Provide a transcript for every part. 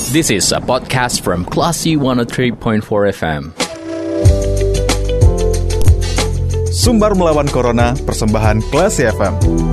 This is a podcast from Classy 103.4 FM. Sumbar melawan Corona, persembahan Classy FM.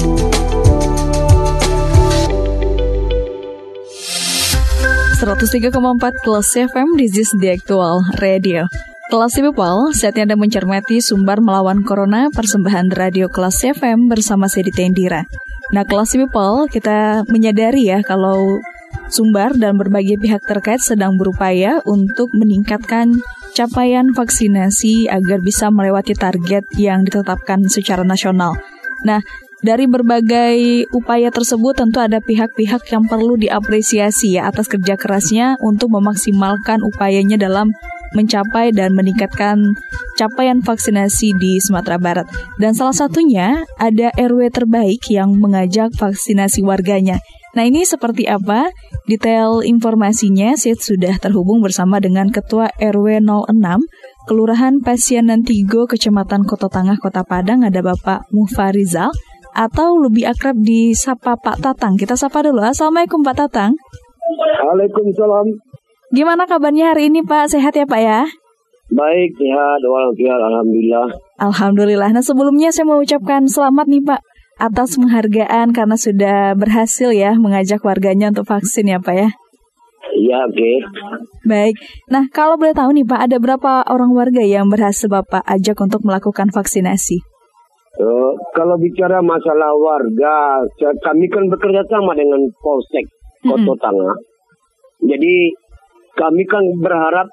Classy FM, this is the actual radio. Classy People, saatnya Anda mencermati Sumbar melawan Corona, persembahan radio Classy FM bersama saya Dita Indira. Nah, Classy People, kita menyadari ya kalau Sumbar dan berbagai pihak terkait sedang berupaya untuk meningkatkan capaian vaksinasi agar bisa melewati target yang ditetapkan secara nasional. Nah, dari berbagai upaya tersebut tentu ada pihak-pihak yang perlu diapresiasi ya atas kerja kerasnya untuk memaksimalkan upayanya dalam mencapai dan meningkatkan capaian vaksinasi di Sumatera Barat. Dan salah satunya ada RW terbaik yang mengajak vaksinasi warganya. Nah, ini seperti apa? Detail informasinya saya sudah terhubung bersama dengan Ketua RW 06 Kelurahan Pasianan Tigo, Kecamatan Kota Tangah, Kota Padang, ada Bapak Mufarizal atau lebih akrab disapa Pak Tatang. Kita sapa dulu. Assalamualaikum Pak Tatang. Waalaikumsalam. Gimana kabarnya hari ini Pak? Sehat ya Pak ya? Baik, sehat. Alhamdulillah. Alhamdulillah. Nah, sebelumnya saya mau ucapkan selamat nih Pak atas penghargaan karena sudah berhasil ya mengajak warganya untuk vaksin ya Pak ya. Iya, oke. Baik. Nah, kalau boleh tahu nih Pak, ada berapa orang warga yang berhasil Bapak ajak untuk melakukan vaksinasi? Kalau bicara masalah warga, kami kan bekerja sama dengan Polsek Kota Tangah. Jadi kami kan berharap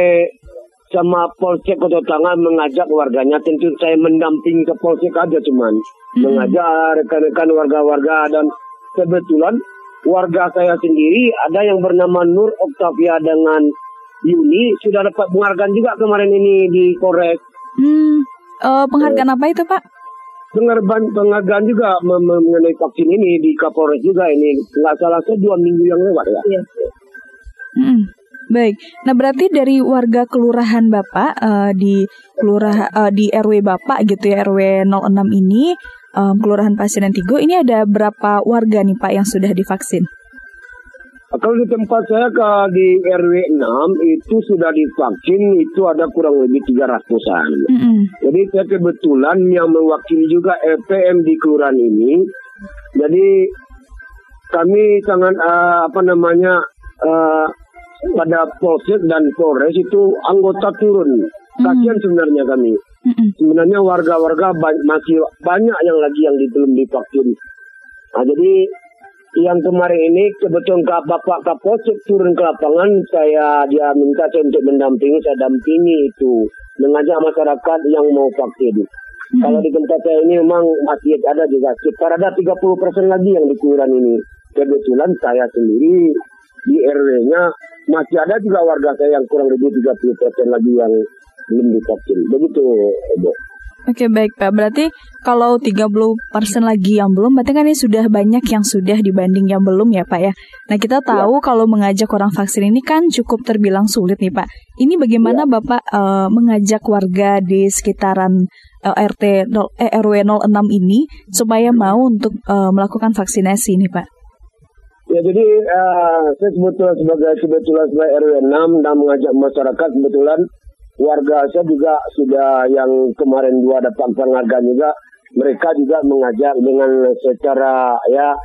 sama Polsek Kota Tangah mengajak warganya. Tentu saya mendampingi ke Polsek aja cuman mengajak rekan-rekan warga-warga, dan kebetulan warga saya sendiri ada yang bernama Nur Oktavia dengan Yuni sudah dapat penghargaan juga kemarin ini di Polres. Penghargaan apa itu Pak? Penghargaan juga mengenai vaksin ini di Kapolres juga ini. Nggak salah saya 2 minggu yang lewat ya. Iya. Baik. Nah, berarti dari warga kelurahan Bapak di RW Bapak gitu ya, RW 06 ini, Kelurahan Pasianan Tigo, ini ada berapa warga nih Pak yang sudah divaksin? Kalau di tempat saya di RW 6 itu sudah divaksin itu ada kurang lebih 300-an. Jadi saya kebetulan yang mewakili juga LPM di kelurahan ini. Jadi kami sangat pada Polsek dan Polres itu anggota turun. Kasihan sebenarnya kami. Sebenarnya warga-warga masih banyak yang lagi yang belum divaksin. Nah, jadi yang kemarin ini kebetulan Bapak Kapolsek turun ke lapangan, dia minta saya untuk mendampingi, saya dampingi itu, mengajak masyarakat yang mau vaksin. Kalau di tempat saya ini memang masih ada juga sekitar ada 30% lagi yang di kelurahan ini. Kebetulan saya sendiri di RW-nya masih ada juga warga saya yang kurang lebih 30% lagi yang belum divaksin. Begitu, Bu. Oke, baik Pak. Berarti kalau 30% lagi yang belum, berarti kan ini sudah banyak yang sudah dibanding yang belum ya Pak ya. Nah, kita tahu kalau mengajak orang vaksin ini kan cukup terbilang sulit nih Pak. Ini bagaimana Bapak mengajak warga di sekitaran RW 06 ini supaya mau untuk melakukan vaksinasi nih Pak? Ya, jadi saya kebetulan sebagai RW 6 dan mengajak masyarakat, kebetulan warga saya juga sudah yang kemarin 2 dapat penghargaan juga, mereka juga mengajak dengan secara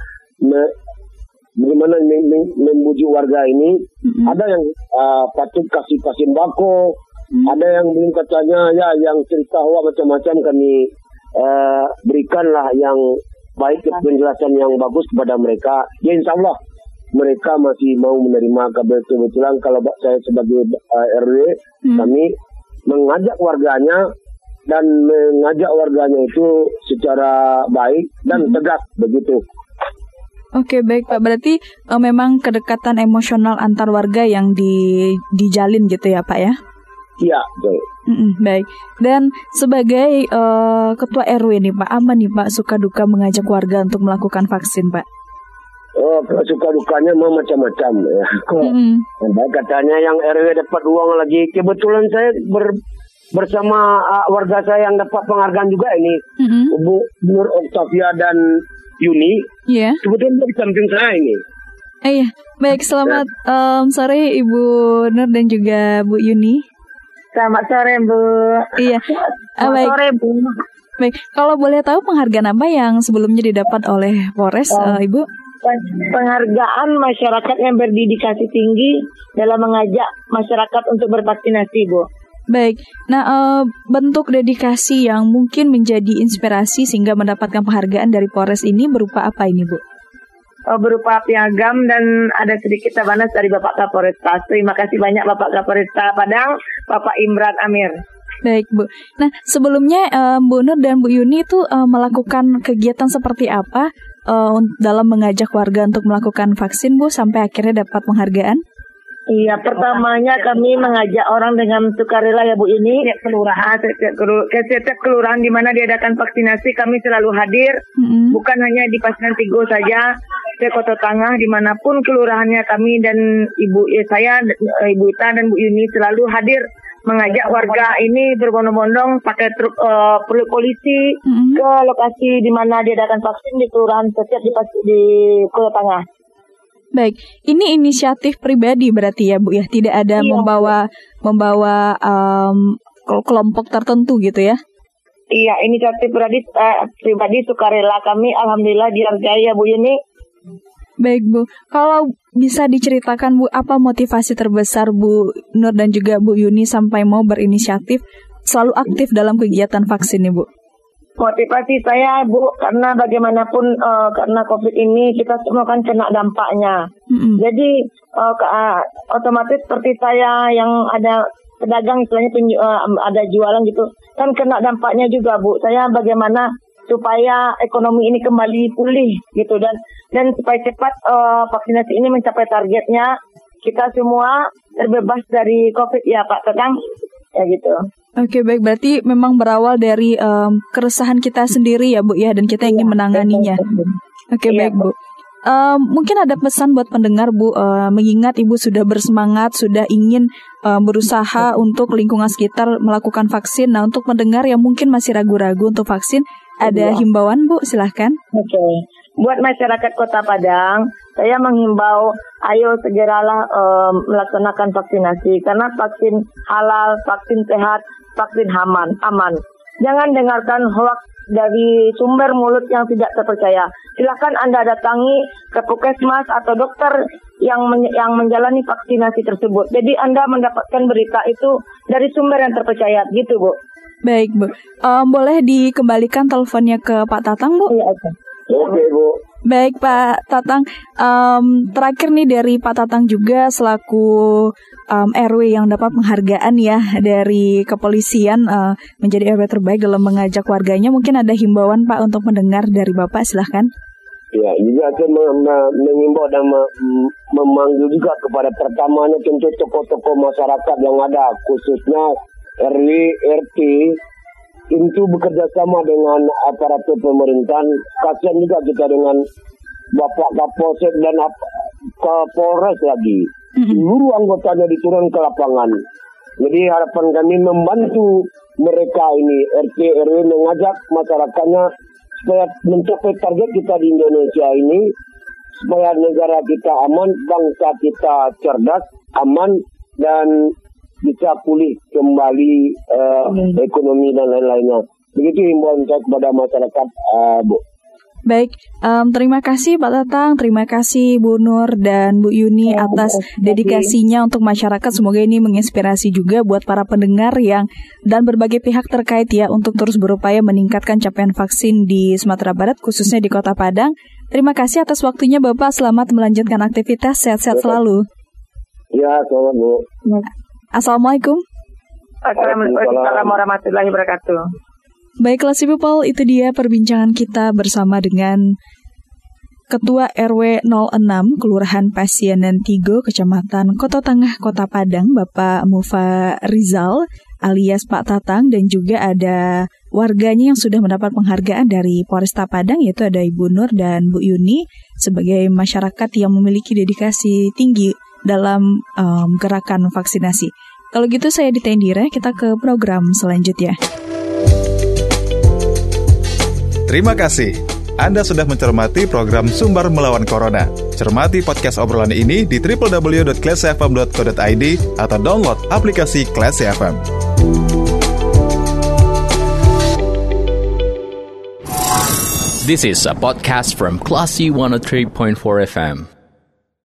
bagaimana membujuk warga ini. Ada yang patut kasih sembako, ada yang belum katanya ya yang cerita macam-macam kami berikanlah yang baik penjelasan yang bagus kepada mereka. Ya, insya Allah mereka masih mau menerima. Kebetulan kalau saya sebagai RW, kami mengajak warganya dan mengajak warganya itu secara baik dan tegas begitu. Oke, baik Pak. Berarti memang kedekatan emosional antar warga yang dijalin gitu ya Pak ya? Iya, betul. Baik. Dan sebagai ketua RW nih Pak, aman nih Pak suka duka mengajak warga untuk melakukan vaksin Pak? Suka dukanya mau macam-macam ya. Katanya yang RW dapat uang lagi. Kebetulan saya bersama warga saya yang dapat penghargaan juga ini, Bu Nur Oktavia dan Yuni. Kebetulan di samping saya ini. Iya, baik, selamat sore Ibu Nur dan juga Bu Yuni. Selamat sore Bu. Iya, Selamat sore Bu. Baik, kalau boleh tahu penghargaan apa yang sebelumnya didapat oleh Polres, Ibu? Penghargaan masyarakat yang berdedikasi tinggi dalam mengajak masyarakat untuk bervaksinasi, Bu. Baik, nah bentuk dedikasi yang mungkin menjadi inspirasi sehingga mendapatkan penghargaan dari Polres ini berupa apa ini, Bu? Berupa piagam dan ada sedikit tabanas dari Bapak Kapolresta. Terima kasih banyak Bapak Kapolresta Padang, Bapak Imran Amir. Baik, Bu. Nah, sebelumnya Bu Nur dan Bu Yuni itu melakukan kegiatan seperti apa dalam mengajak warga untuk melakukan vaksin, Bu, sampai akhirnya dapat penghargaan? Iya, pertamanya kami mengajak orang dengan sukarela ya Bu ini, setiap kelurahan di mana diadakan vaksinasi kami selalu hadir, bukan hanya di Pasinan Tigo saja, ke Kota Tangah dimanapun kelurahannya kami dan Ibu Ita dan Bu Yuni selalu hadir mengajak warga ini berbondong-bondong pakai truk polisi ke lokasi di mana diadakan vaksin di kelurahan setiap di Kota Tangah. Baik, ini inisiatif pribadi berarti ya Bu ya, tidak ada membawa kelompok tertentu gitu ya? Iya, inisiatif pribadi sukarela kami, alhamdulillah dihargai ya Bu Yuni. Baik Bu, kalau bisa diceritakan Bu, apa motivasi terbesar Bu Nur dan juga Bu Yuni sampai mau berinisiatif selalu aktif dalam kegiatan vaksin ini Bu? Motivasi saya Bu, karena bagaimanapun karena COVID ini kita semua kan kena dampaknya. Jadi otomatis seperti saya yang ada pedagang istilahnya ada jualan gitu, kan kena dampaknya juga Bu. Saya bagaimana supaya ekonomi ini kembali pulih gitu dan supaya cepat vaksinasi ini mencapai targetnya, kita semua terbebas dari COVID ya Pak Tetang, ya gitu. Oke, baik, berarti memang berawal dari keresahan kita sendiri ya Bu ya, dan kita ingin menanganinya. Oke, baik Bu. Mungkin ada pesan buat pendengar Bu, mengingat Ibu sudah bersemangat, sudah ingin berusaha untuk lingkungan sekitar melakukan vaksin. Nah, untuk pendengar yang mungkin masih ragu-ragu untuk vaksin, ada himbauan Bu, silahkan. Oke. Buat masyarakat Kota Padang, saya menghimbau, ayo segeralah melaksanakan vaksinasi. Karena vaksin halal, vaksin sehat, vaksin aman. Jangan dengarkan hoax dari sumber mulut yang tidak terpercaya. Silakan Anda datangi ke puskesmas atau dokter yang menjalani vaksinasi tersebut. Jadi Anda mendapatkan berita itu dari sumber yang terpercaya, gitu Bu. Baik Bu, boleh dikembalikan teleponnya ke Pak Tatang Bu? Iya, Oke Bu. Baik Pak Tatang, terakhir nih dari Pak Tatang juga selaku RW yang dapat penghargaan ya dari kepolisian menjadi RW terbaik dalam mengajak warganya. Mungkin ada himbauan Pak untuk mendengar dari Bapak, silahkan. Ya, juga saya mengimbau dan memanggil juga kepada pertamanya tentu tokoh-tokoh masyarakat yang ada, khususnya RW, RT, itu bekerja sama dengan aparatur pemerintahan. Kasihan juga kita dengan Bapak Kapolsek dan Kapolres lagi. Seluruh anggotanya diturun ke lapangan. Jadi harapan kami membantu mereka ini, RT, RW, mengajak masyarakatnya supaya mencapai target kita di Indonesia ini, supaya negara kita aman, bangsa kita cerdas, aman, dan bisa pulih kembali ekonomi dan lain-lainnya. Begitu himbauan saya kepada masyarakat, Bu. Baik, terima kasih Pak Tatang, terima kasih Bu Nur dan Bu Yuni atas dedikasinya untuk masyarakat. Semoga ini menginspirasi juga buat para pendengar dan berbagai pihak terkait ya untuk terus berupaya meningkatkan capaian vaksin di Sumatera Barat, khususnya di Kota Padang. Terima kasih atas waktunya Bapak, selamat melanjutkan aktivitas, sehat-sehat selalu. Ya, selamat Bu. Assalamualaikum. Assalamualaikum warahmatullahi wabarakatuh. Baik, Classy People, itu dia perbincangan kita bersama dengan Ketua RW 06 Kelurahan Pasianan Tigo, Kecamatan Kota Tangah, Kota Padang, Bapak Mufa Rizal alias Pak Tatang, dan juga ada warganya yang sudah mendapat penghargaan dari Polresta Padang, yaitu ada Ibu Nur dan Bu Yuni sebagai masyarakat yang memiliki dedikasi tinggi dalam gerakan vaksinasi. Kalau gitu saya Dita Indira, kita ke program selanjutnya. Terima kasih. Anda sudah mencermati program Sumber Melawan Corona. Cermati podcast obrolan ini di www.clasyfm.co.id atau download aplikasi Classy FM. This is a podcast from Classy 103.4 FM.